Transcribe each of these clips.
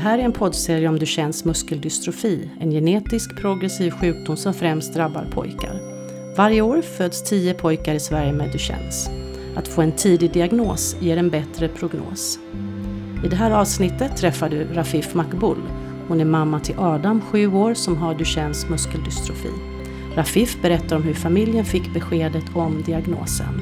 här är en poddserie om Duchennes muskeldystrofi, en genetisk progressiv sjukdom som främst drabbar pojkar. Varje år föds 10 pojkar i Sverige med Duchennes. Att få en tidig diagnos ger en bättre prognos. I det här avsnittet träffar du Rafif Makbul. Hon är mamma till Adam, 7 år, som har Duchennes muskeldystrofi. Rafif berättar om hur familjen fick beskedet om diagnosen.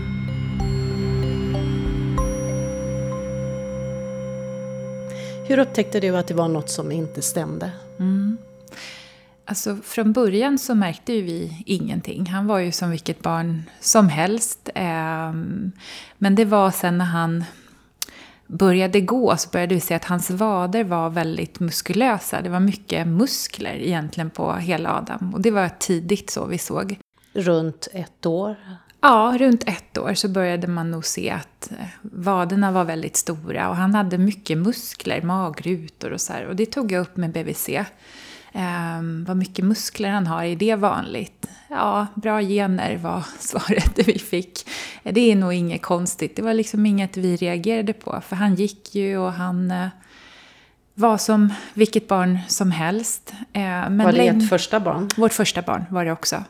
Hur upptäckte du att det var något som inte stämde? Alltså från början så märkte ju vi ingenting. Han var ju som vilket barn som helst. Men det var sen när han började gå så började vi se att hans vader var väldigt muskulösa. Det var mycket muskler egentligen på hela Adam. Och det var tidigt så vi såg. Runt 1 år? Ja, runt 1 år så började man nog se att vaderna var väldigt stora. Och han hade mycket muskler, magrutor och så här. Och det tog jag upp med BVC. Vad mycket muskler han har, är det vanligt? Ja, bra gener var svaret vi fick. Det är nog inget konstigt. Det var liksom inget vi reagerade på. För han gick ju och han var som vilket barn som helst. Men var det ert första barn? Vårt första barn var det också.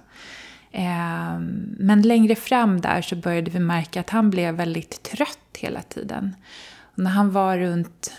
Men längre fram där så började vi märka att han blev väldigt trött hela tiden. Och när han var runt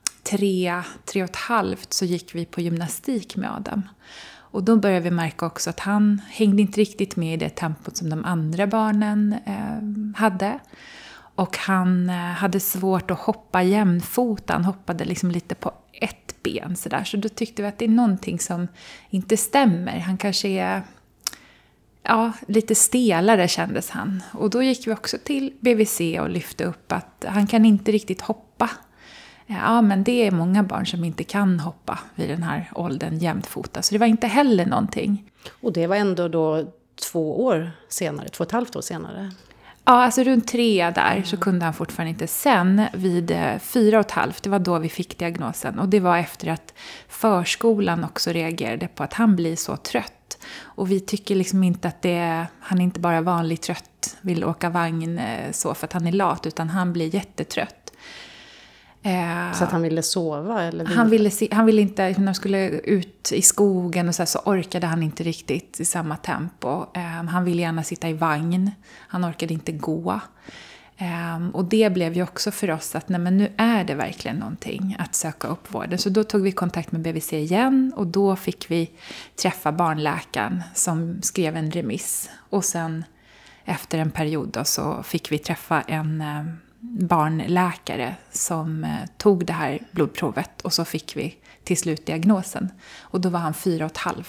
3,5 så gick vi på gymnastik med Adam. Och då började vi märka också att han hängde inte riktigt med i det tempot som de andra barnen hade. Och han hade svårt att hoppa jämfota. Han hoppade liksom lite på ett ben sådär. Så då tyckte vi att det är någonting som inte stämmer. Han kanske är lite stelare kändes han. Och då gick vi också till BVC och lyfte upp att han kan inte riktigt hoppa. Ja, men det är många barn som inte kan hoppa vid den här åldern jämfota. Så det var inte heller någonting. Och det var ändå då 2 år senare, 2,5 år senare? Ja, alltså runt 3 där så kunde han fortfarande inte. Sen vid 4,5, det var då vi fick diagnosen. Och det var efter att förskolan också reagerade på att han blir så trött. Och vi tycker liksom inte att han är inte bara vanligt trött, vill åka vagn så för att han är lat, utan han blir jättetrött. Så att han ville sova? Eller han ville inte, när de skulle ut i skogen och så orkade han inte riktigt i samma tempo. Han ville gärna sitta i vagn, han orkade inte gå. Och det blev ju också för oss att nej, men nu är det verkligen någonting att söka upp vården. Så då tog vi kontakt med BVC igen och då fick vi träffa barnläkaren som skrev en remiss. Och sen efter en period då, så fick vi träffa en barnläkare som tog det här blodprovet och så fick vi till slut diagnosen. Och då var han 4,5.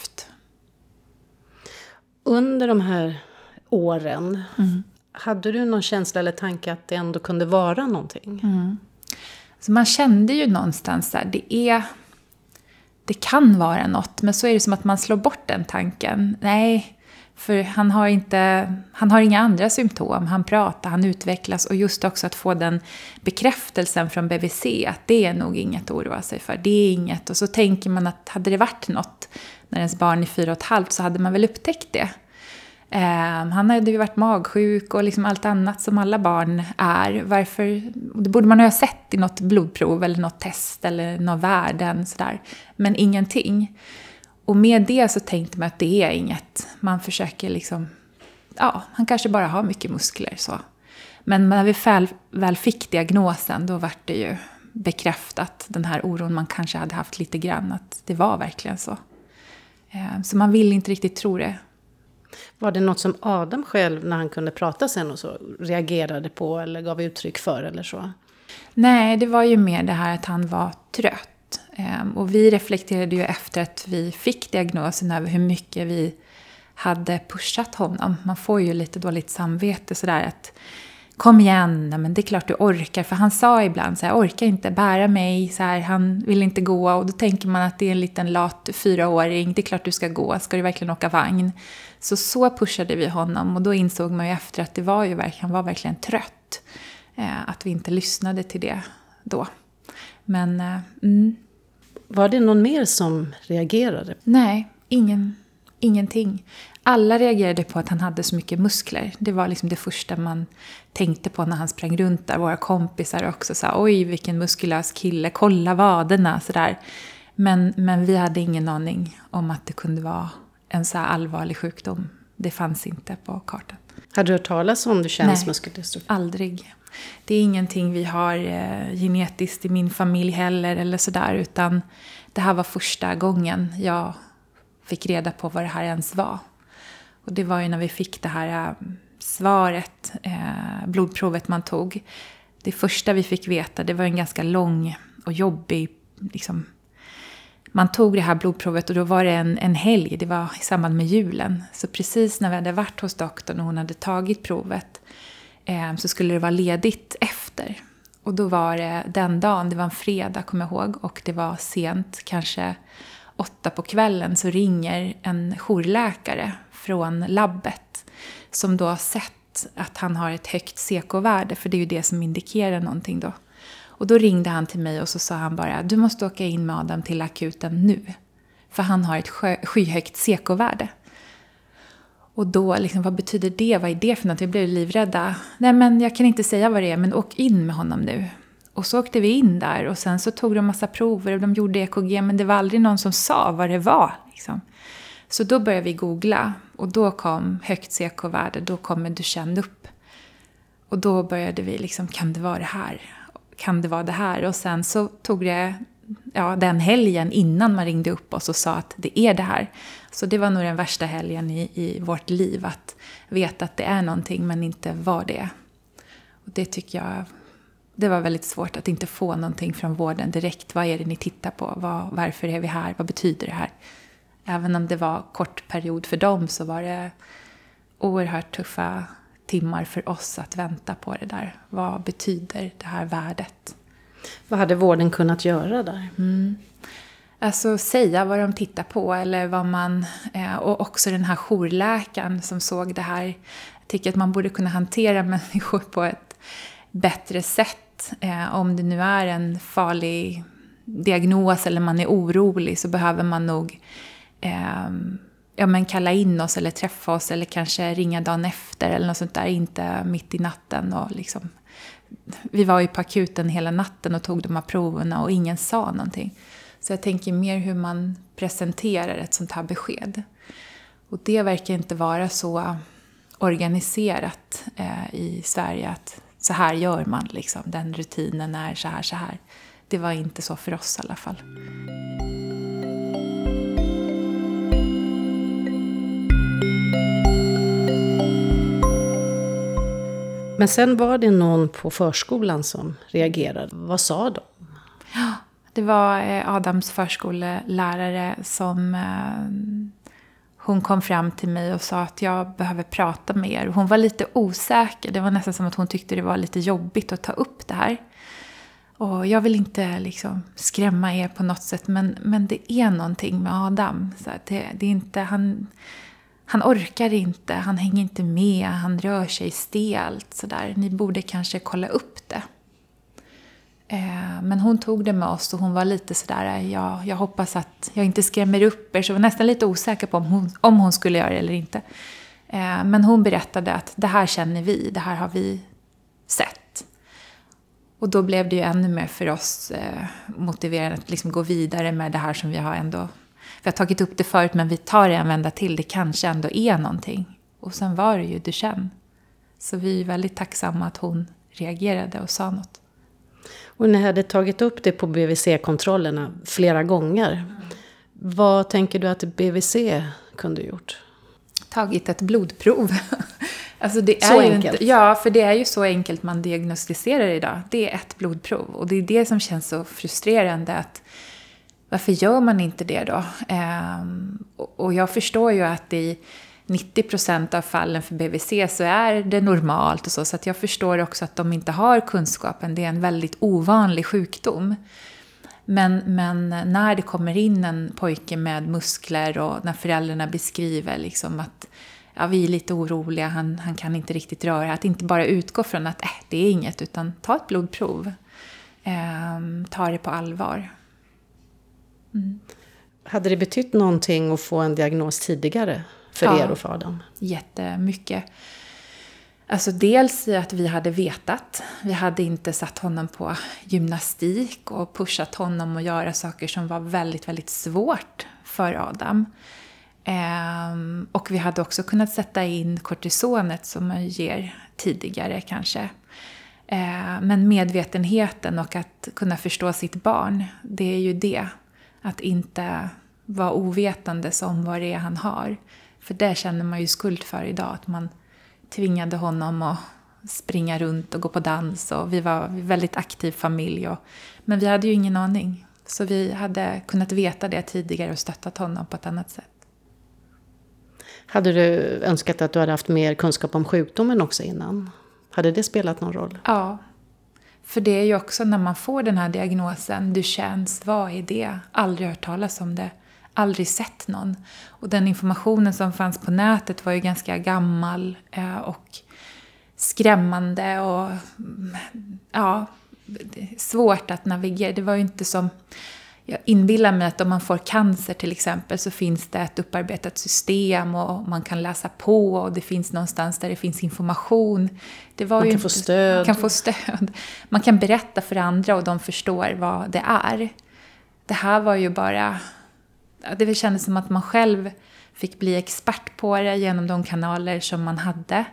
Under de här åren, hade du någon känsla eller tanke att det ändå kunde vara någonting? Så man kände ju någonstans där, det kan vara något, men så är det som att man slår bort den tanken. Nej, för han har inga andra symptom. Han pratar, han utvecklas. Och just också att få den bekräftelsen från BVC att det är nog inget att oroa sig för. Det är inget. Och så tänker man att hade det varit något när ens barn är 4,5 så hade man väl upptäckt det. Han hade ju varit magsjuk och liksom allt annat som alla barn är. Varför? Det borde man ha sett i något blodprov eller något test eller några värden. Sådär. Men ingenting. Och med det så tänkte man att det är inget. Man försöker liksom, han kanske bara har mycket muskler så. Men när vi väl fick diagnosen, då var det ju bekräftat den här oron man kanske hade haft lite grann. Att det var verkligen så. Så man vill inte riktigt tro det. Var det något som Adam själv, när han kunde prata sen och så, reagerade på eller gav uttryck för eller så? Nej, det var ju mer det här att han var trött. Och vi reflekterade ju efter att vi fick diagnosen över hur mycket vi hade pushat honom. Man får ju lite dåligt samvete sådär att kom igen, men det är klart du orkar. För han sa ibland så här, orkar inte bära mig, så här, han vill inte gå. Och då tänker man att det är en liten lat 4-åring, det är klart du ska gå, ska du verkligen åka vagn? Så pushade vi honom och då insåg man ju efter att han var verkligen trött. Att vi inte lyssnade till det då. Men var det någon mer som reagerade? Nej, ingenting. Alla reagerade på att han hade så mycket muskler. Det var liksom det första man tänkte på när han sprang runt där. Våra kompisar också sa, oj vilken muskulös kille, kolla vaderna. Sådär. Men vi hade ingen aning om att det kunde vara en så här allvarlig sjukdom. Det fanns inte på kartan. Hade du hört talas om Duchennes muskeldystrofi? Aldrig. Det är ingenting vi har genetiskt i min familj heller eller sådär. Utan det här var första gången jag fick reda på vad det här ens var. Och det var ju när vi fick det här svaret, blodprovet man tog. Det första vi fick veta, det var en ganska lång och jobbig, liksom. Man tog det här blodprovet och då var det en helg, det var i samband med julen. Så precis när vi hade varit hos doktorn och hon hade tagit provet så skulle det vara ledigt efter. Och då var det den dagen, det var en fredag kommer jag ihåg, och det var sent, kanske 8 på kvällen, så ringer en jourläkare från labbet som då har sett att han har ett högt CK-värde, för det är ju det som indikerar någonting då. Och då ringde han till mig och så sa han bara, du måste åka in med Adam till akuten nu. För han har ett skyhögt CK-värde. Och då, liksom, vad betyder det? Vad är det för något? Jag blev livrädda. Nej men jag kan inte säga vad det är, men åk in med honom nu. Och så åkte vi in där och sen så tog de massa prover och de gjorde EKG, men det var aldrig någon som sa vad det var. Liksom. Så då började vi googla och då kom högt CK-värde, då kom Duchenne upp. Och då började vi liksom, kan det vara det här? Kan det vara det här? Och sen så tog det den helgen innan man ringde upp oss och sa att det är det här. Så det var nog den värsta helgen i vårt liv, att veta att det är någonting men inte vad det är. Och det tycker jag, det var väldigt svårt att inte få någonting från vården direkt. Vad är det ni tittar på? Varför är vi här? Vad betyder det här? Även om det var kort period för dem så var det oerhört tuffa timmar för oss att vänta på det där. Vad betyder det här värdet? Vad hade vården kunnat göra där? Alltså säga vad de tittar på eller vad man... Och också den här jourläkaren som såg det här. Jag tycker att man borde kunna hantera människor på ett bättre sätt. Om det nu är en farlig diagnos eller man är orolig så behöver man nog... kalla in oss eller träffa oss eller kanske ringa dagen efter eller något sånt där, inte mitt i natten. Och liksom, vi var ju på akuten hela natten och tog de här proverna och ingen sa någonting. Så jag tänker mer hur man presenterar ett sånt här besked. Och det verkar inte vara så organiserat i Sverige att så här gör man. Liksom. Den rutinen är så här. Det var inte så för oss i alla fall. Men sen var det någon på förskolan som reagerade. Vad sa de? Ja, det var Adams förskolelärare som... Hon kom fram till mig och sa att jag behöver prata med er. Hon var lite osäker. Det var nästan som att hon tyckte det var lite jobbigt att ta upp det här. Och jag vill inte liksom skrämma er på något sätt. Men det är någonting med Adam. Så det är inte... Han orkar inte, han hänger inte med, han rör sig stelt. Så där. Ni borde kanske kolla upp det. Men hon tog det med oss och hon var lite sådär, jag hoppas att jag inte skrämmer upp er. Så jag var nästan lite osäker på om hon skulle göra det eller inte. Men hon berättade att det här känner vi, det här har vi sett. Och då blev det ju ännu mer för oss motiverande att liksom gå vidare med det här som vi har ändå... Vi har tagit upp det förut men vi tar det en vända till. Det kanske ändå är någonting. Och sen var det ju Duchenne. Så vi är väldigt tacksamma att hon reagerade och sa något. Och ni hade tagit upp det på BVC-kontrollerna flera gånger. Vad tänker du att BVC kunde gjort? Tagit ett blodprov. Alltså det är så ju enkelt? Inte, ja, för det är ju så enkelt man diagnostiserar idag. Det är ett blodprov. Och det är det som känns så frustrerande att varför gör man inte det då? Och jag förstår ju att i 90% av fallen för BVC så är det normalt och så. Så att jag förstår också att de inte har kunskapen. Det är en väldigt ovanlig sjukdom. Men när det kommer in en pojke med muskler och när föräldrarna beskriver liksom att vi är lite oroliga, han kan inte riktigt röra. Att inte bara utgå från att det är inget utan ta ett blodprov. Ta det på allvar. Hade det betytt någonting att få en diagnos tidigare? för er och för Adam? Jättemycket. Alltså dels att vi hade vetat. Vi hade inte satt honom på gymnastik och pushat honom att göra saker som var väldigt, väldigt svårt för Adam. Och vi hade också kunnat sätta in kortisonet som man ger tidigare kanske. Men medvetenheten och att kunna förstå sitt barn, det är ju det. Att inte vara ovetande om vad det är han har. För det känner man ju skuld för idag, att man tvingade honom att springa runt och gå på dans. Och vi var en väldigt aktiv familj. Men vi hade ju ingen aning. Så vi hade kunnat veta det tidigare och stöttat honom på ett annat sätt. Hade du önskat att du hade haft mer kunskap om sjukdomen också innan? Hade det spelat någon roll? Ja, för det är ju också när man får den här diagnosen. Duchennes, vad är det? Aldrig hört talas om det. Aldrig sett någon. Och den informationen som fanns på nätet var ju ganska gammal och skrämmande och ja, svårt att navigera. Det var ju inte som, jag inbillar mig att om man får cancer till exempel så finns det ett upparbetat system och man kan läsa på och det finns någonstans där det finns information. Det var man ju kan inte, få stöd. Man kan få stöd. Man kan berätta för andra och de förstår vad det är. Det här var ju bara, det kändes som att man själv fick bli expert på det genom de kanaler som man hade.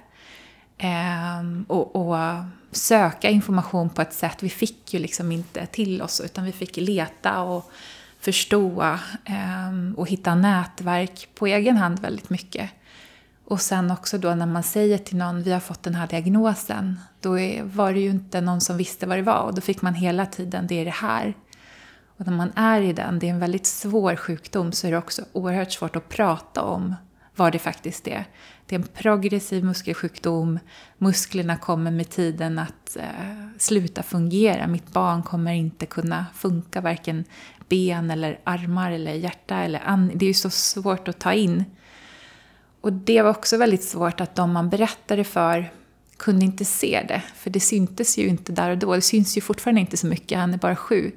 Och söka information på ett sätt. Vi fick ju liksom inte till oss utan vi fick leta och förstå och hitta nätverk på egen hand väldigt mycket. Och sen också då när man säger till någon vi har fått den här diagnosen, då var det ju inte någon som visste vad det var och då fick man hela tiden det är det här. Och när man är i den, det är en väldigt svår sjukdom så är det också oerhört svårt att prata om vad det faktiskt är. Det är en progressiv muskelsjukdom. Musklerna kommer med tiden att sluta fungera. Mitt barn kommer inte kunna funka, varken ben eller armar eller hjärta. Det är ju så svårt att ta in. Och det var också väldigt svårt att de man berättade för kunde inte se det. För det syntes ju inte där och då. Det syns ju fortfarande inte så mycket, han är bara 7.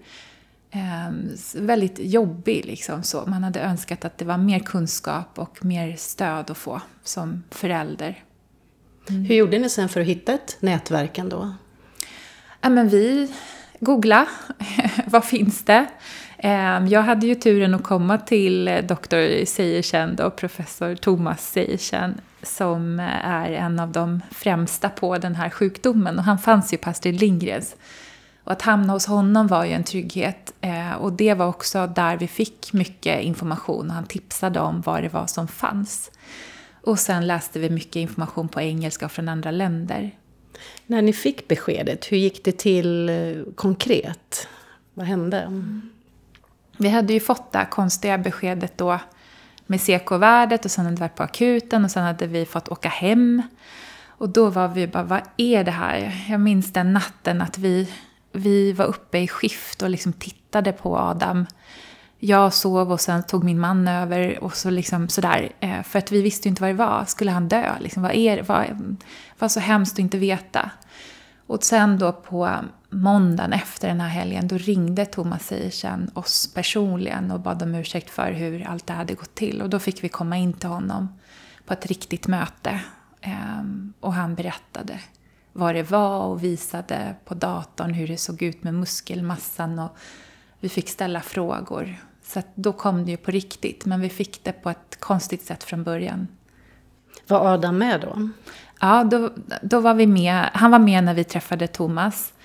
Väldigt jobbig liksom så. Man hade önskat att det var mer kunskap och mer stöd att få som förälder. Hur gjorde ni sen för att hitta ett nätverk då? Ja, men vi googlade. Vad finns det? Jag hade ju turen att komma till doktor Seiersen och professor Thomas Seiersen som är en av de främsta på den här sjukdomen. Och han fanns ju på Astrid Lindgrens. Och att hamna hos honom var ju en trygghet. Och det var också där vi fick mycket information. Och han tipsade om vad det var som fanns. Och sen läste vi mycket information på engelska från andra länder. När ni fick beskedet, hur gick det till konkret? Vad hände? Vi hade ju fått det konstiga beskedet då med CK-värdet. Och sen hade vi varit på akuten. Och sen hade vi fått åka hem. Och då var vi bara, vad är det här? Jag minns den natten att vi var uppe i skift och liksom tittade på Adam. Jag sov och sen tog min man över och så liksom sådär. För att vi visste ju inte vad det var. Skulle han dö? Liksom, var så hemskt att inte veta. Och sen då på måndagen efter den här helgen då ringde Thomas Seiersen oss personligen och bad om ursäkt för hur allt det hade gått till. Och då fick vi komma in till honom på ett riktigt möte. Och han berättade vad det var och visade på datorn hur det såg ut med muskelmassan och vi fick ställa frågor. Så att då kom det ju på riktigt, men vi fick det på ett konstigt sätt från början. Var Adam med då? Ja, då var vi med. Han var med när vi träffade Thomas.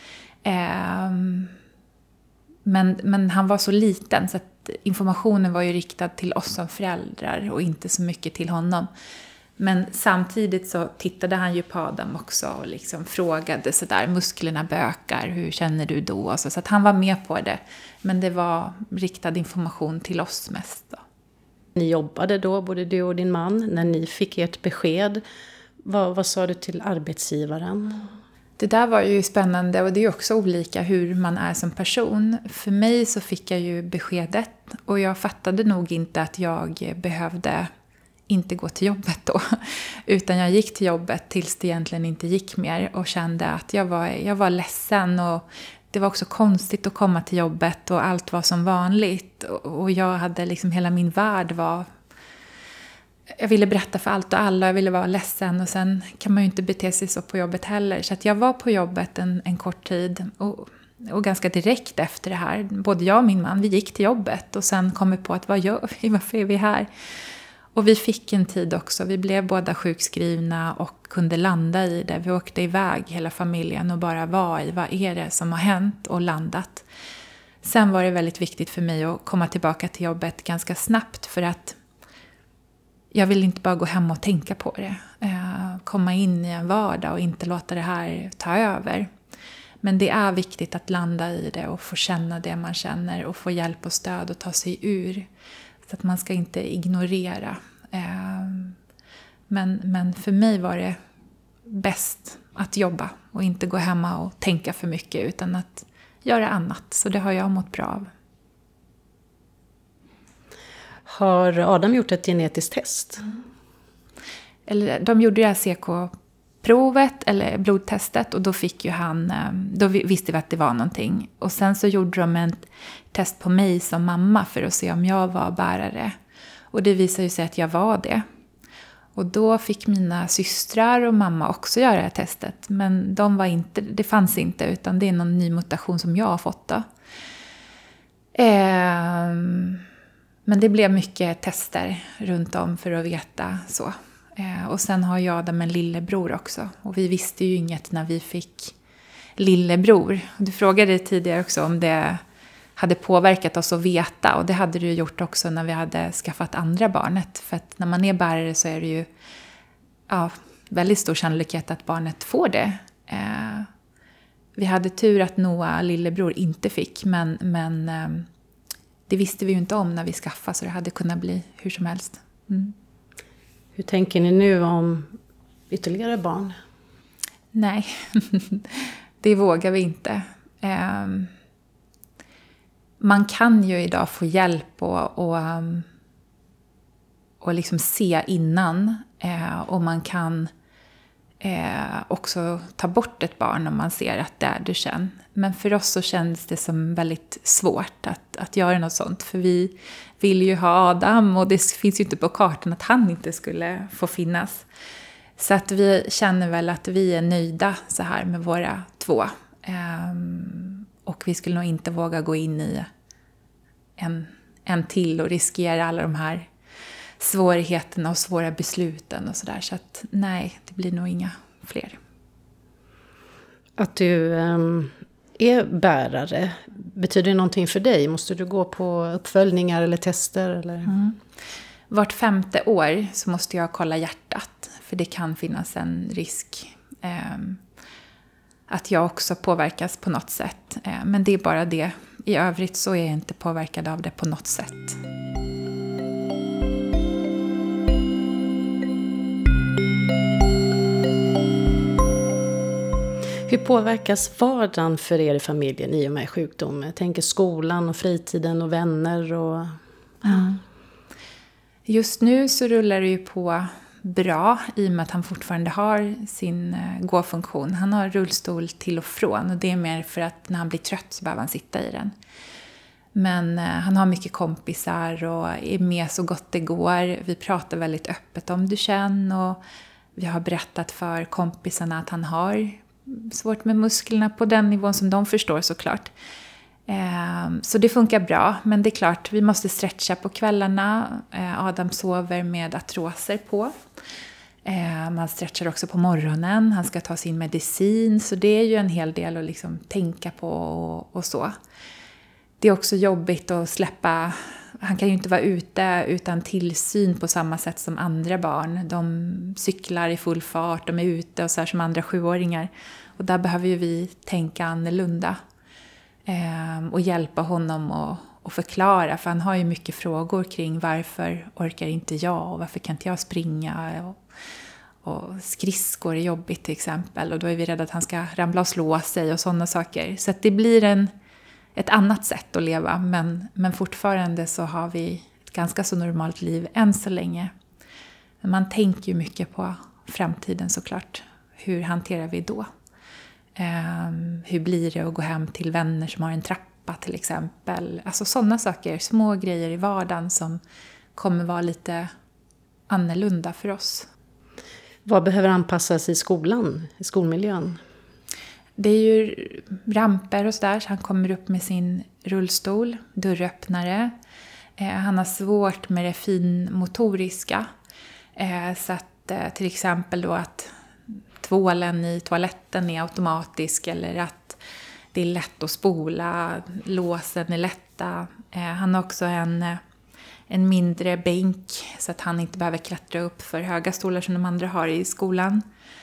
Men han var så liten så att informationen var ju riktad till oss som föräldrar och inte så mycket till honom. Men samtidigt så tittade han ju på Adam också och liksom frågade sådär, musklerna bökar, hur känner du då? Så att han var med på det, men det var riktad information till oss mest då. Ni jobbade då, både du och din man, när ni fick ert besked. Vad sa du till arbetsgivaren? Det där var ju spännande och det är också olika hur man är som person. För mig så fick jag ju beskedet och jag fattade nog inte att jag behövde inte gå till jobbet då. Utan jag gick till jobbet tills det egentligen inte gick mer och kände att jag var ledsen och det var också konstigt att komma till jobbet och allt var som vanligt. Och jag hade liksom, hela min värld var jag ville berätta för allt och alla, jag ville vara ledsen och sen kan man ju inte bete sig så på jobbet heller. Så att jag var på jobbet en kort tid och ganska direkt efter det här. Både jag och min man, vi gick till jobbet och sen kom vi på att vad gör vi, varför är vi här? Och vi fick en tid också, vi blev båda sjukskrivna och kunde landa i det. Vi åkte iväg hela familjen och bara var i vad är det som har hänt och landat. Sen var det väldigt viktigt för mig att komma tillbaka till jobbet ganska snabbt för att jag vill inte bara gå hem och tänka på det. Komma in i en vardag och inte låta det här ta över. Men det är viktigt att landa i det och få känna det man känner och få hjälp och stöd och ta sig ur. Så att man ska inte ignorera. Men för mig var det bäst att jobba och inte gå hemma och tänka för mycket utan att göra annat. Så det har jag mått bra av. Har Adam gjort ett genetiskt test? Eller, de gjorde det här CK-provet eller blodtestet och då fick ju då visste vi att det var någonting. Och sen så gjorde de en test på mig som mamma för att se om jag var bärare. Och det visade ju sig att jag var det. Och då fick mina systrar och mamma också göra det här testet. Men det fanns inte utan det är någon ny mutation som jag har fått då. Men det blev mycket tester runt om för att veta så. Och sen har jag Adam en lillebror också. Och vi visste ju inget när vi fick lillebror. Du frågade tidigare också om det hade påverkat oss att veta. Och det hade det ju gjort också när vi hade skaffat andra barnet. För att när man är bärare så är det ju väldigt stor sannolikhet att barnet får det. Vi hade tur att Noah, lillebror, inte fick. Men det visste vi ju inte om när vi skaffade så det hade kunnat bli hur som helst. Mm. Hur tänker ni nu om ytterligare barn? Nej, det vågar vi inte. Man kan ju idag få hjälp och liksom se innan. Och man kan också ta bort ett barn om man ser att det är Duchenne. Men för oss så kändes det som väldigt svårt att göra något sånt. För vi vill ju ha Adam och det finns ju inte på kartan att han inte skulle få finnas. Så att vi känner väl att vi är nöjda så här med våra 2. Och vi skulle nog inte våga gå in i en till och riskera alla de här svårigheterna och svåra besluten och sådär. Så att nej, det blir nog inga fler. Att du är bärare, betyder det någonting för dig? Måste du gå på uppföljningar eller tester? Eller? Vart 5:e år så måste jag kolla hjärtat. För det kan finnas en risk att jag också påverkas på något sätt. Men det är bara det. I övrigt så är jag inte påverkad av det på något sätt. Hur påverkas vardagen för er i familjen i och med sjukdom? Jag tänker skolan och fritiden och vänner. Och... Just nu så rullar det ju på bra i och med att han fortfarande har sin gåfunktion. Han har rullstol till och från och det är mer för att när han blir trött så behöver han sitta i den. Men han har mycket kompisar och är med så gott det går. Vi pratar väldigt öppet om Duchenne och vi har berättat för kompisarna att han har svårt med musklerna på den nivån som de förstår såklart. Så det funkar bra, men det är klart vi måste stretcha på kvällarna. Adam sover med artroser på. Man stretchar också på morgonen. Han ska ta sin medicin, så det är ju en hel del att liksom tänka på och så. Det är också jobbigt att släppa. Han kan ju inte vara ute utan tillsyn på samma sätt som andra barn. De cyklar i full fart, de är ute och så här som andra 7-åringar. Och där behöver ju vi tänka annorlunda. Och hjälpa honom och förklara. För han har ju mycket frågor kring varför orkar inte jag och varför kan inte jag springa. Och skridskor är jobbigt till exempel. Och då är vi rädda att han ska ramla och slå sig och sådana saker. Så att det blir ett annat sätt att leva. Men fortfarande så har vi ett ganska så normalt liv än så länge. Men man tänker ju mycket på framtiden såklart. Hur hanterar vi då? Hur blir det att gå hem till vänner som har en trappa till exempel. Alltså sådana saker, små grejer i vardagen som kommer vara lite annorlunda för oss. Vad behöver anpassas i skolan, i skolmiljön? Det är ju ramper och sådär, så han kommer upp med sin rullstol, dörröppnare. Han har svårt med det finmotoriska. Så att till exempel då att tvålen i toaletten är automatisk eller att det är lätt att spola, låsen är lätta. Han har också en mindre bänk så att han inte behöver klättra upp för höga stolar som de andra har i skolan.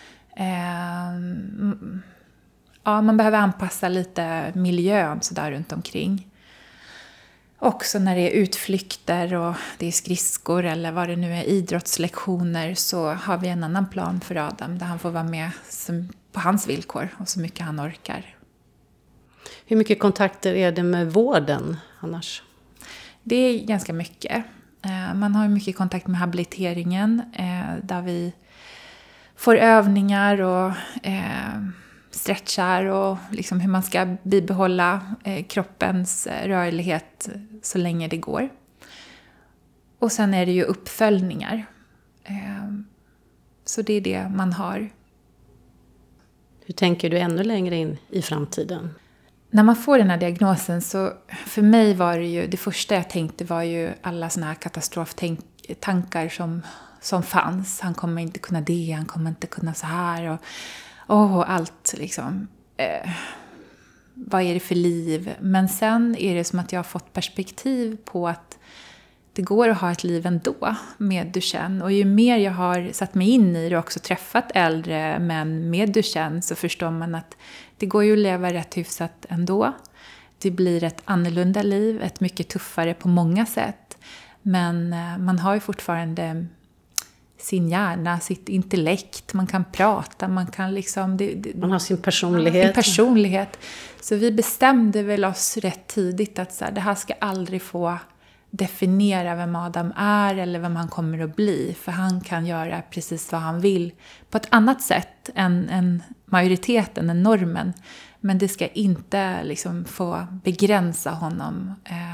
Ja, man behöver anpassa lite miljön så där runt omkring. Också när det är utflykter och det är skridskor eller vad det nu är, idrottslektioner, så har vi en annan plan för Adam där han får vara med på hans villkor och så mycket han orkar. Hur mycket kontakter är det med vården annars? Det är ganska mycket. Man har mycket kontakt med habiliteringen där vi får övningar och stretchar och liksom hur man ska bibehålla kroppens rörlighet så länge det går. Och sen är det ju uppföljningar. Så det är det man har. Hur tänker du ännu längre in i framtiden? När man får den här diagnosen så för mig var det ju, det första jag tänkte var ju alla såna här katastroftankar som fanns. Han kommer inte kunna det, han kommer inte kunna så här och allt liksom. Vad är det för liv? Men sen är det som att jag har fått perspektiv på att det går att ha ett liv ändå med Duchenne. Och ju mer jag har satt mig in i det och också träffat äldre män med Duchenne så förstår man att det går ju att leva rätt hyfsat ändå. Det blir ett annorlunda liv, ett mycket tuffare på många sätt. Men man har ju fortfarande sin hjärna, sitt intellekt, man kan prata, man kan liksom... Man har sin personlighet. Sin personlighet. Så vi bestämde väl oss rätt tidigt att så här, det här ska aldrig få definiera vem Adam är eller vem han kommer att bli. För han kan göra precis vad han vill på ett annat sätt än majoriteten, än normen. Men det ska inte liksom få begränsa honom.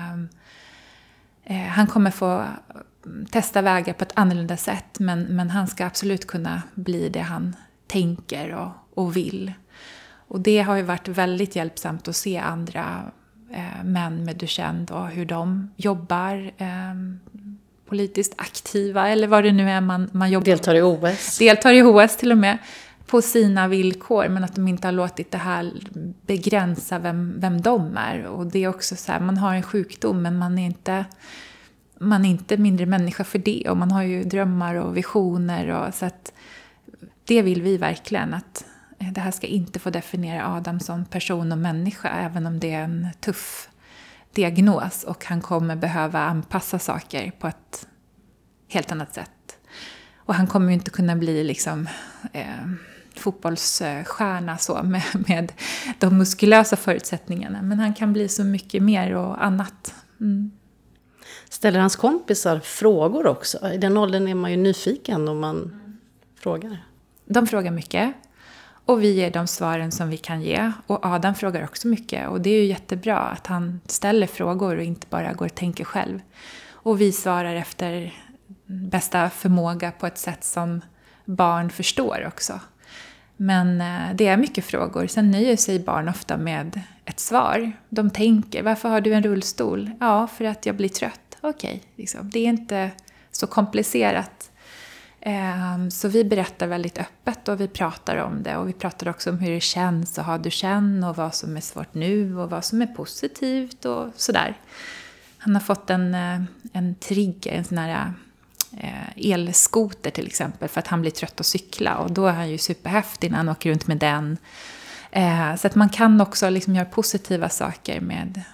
Han kommer få testa vägar på ett annorlunda sätt. Men han ska absolut kunna bli det han tänker och vill. Och det har ju varit väldigt hjälpsamt att se andra män med Duchenne och hur de jobbar politiskt aktiva eller vad det nu är man jobbar. Deltar i OS. Deltar i OS till och med på sina villkor, men att de inte har låtit det här begränsa vem de är. Och det är också så här, man har en sjukdom men man är inte mindre människa för det, och man har ju drömmar och visioner och så att det vill vi verkligen, att det här ska inte få definiera Adam som person och människa, även om det är en tuff diagnos och han kommer behöva anpassa saker på ett helt annat sätt. Och han kommer ju inte kunna bli liksom fotbollsstjärna så med de muskulösa förutsättningarna, men han kan bli så mycket mer och annat. Mm. Ställer hans kompisar frågor också? I den åldern är man ju nyfiken om man frågar. De frågar mycket. Och vi ger de svaren som vi kan ge. Och Adam frågar också mycket. Och det är ju jättebra att han ställer frågor och inte bara går och tänker själv. Och vi svarar efter bästa förmåga på ett sätt som barn förstår också. Men det är mycket frågor. Sen nöjer sig barn ofta med ett svar. De tänker, varför har du en rullstol? Ja, för att jag blir trött. Okej, liksom. Det är inte så komplicerat. Så vi berättar väldigt öppet och vi pratar om det. Och vi pratar också om hur det känns att ha Duchenne och vad som är svårt nu och vad som är positivt och sådär. Han har fått en trigger, en sån här elskoter till exempel, för att han blir trött att cykla. Och då är han ju superhäftig när han åker runt med den. Så att man kan också liksom göra positiva saker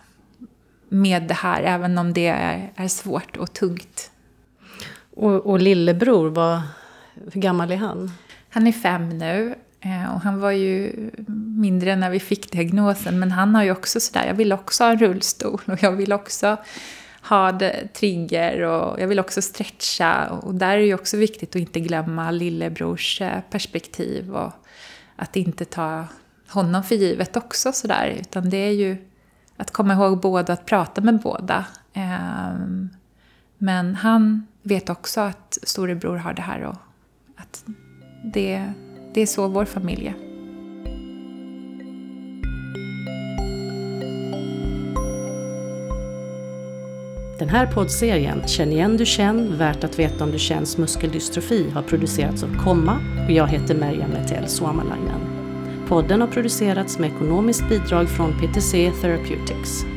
med det här, även om det är svårt och tungt. Och lillebror, hur gammal är han? Han är 5 nu och han var ju mindre när vi fick diagnosen. Men han har ju också sådär, jag vill också ha en rullstol och jag vill också ha trigger och jag vill också stretcha. Och där är det ju också viktigt att inte glömma lillebrors perspektiv och att inte ta honom för givet också sådär. Utan det är ju att komma ihåg båda, att prata med båda. Men han vet också att att storebror har det här och att det är så vår familj är. Den här poddserien Känn igen Duchenne, värt att veta om Duchennes muskeldystrofi har producerats av Komma och jag heter Merja Metell Suomalainen. Podden har producerats med ekonomiskt bidrag från PTC Therapeutics.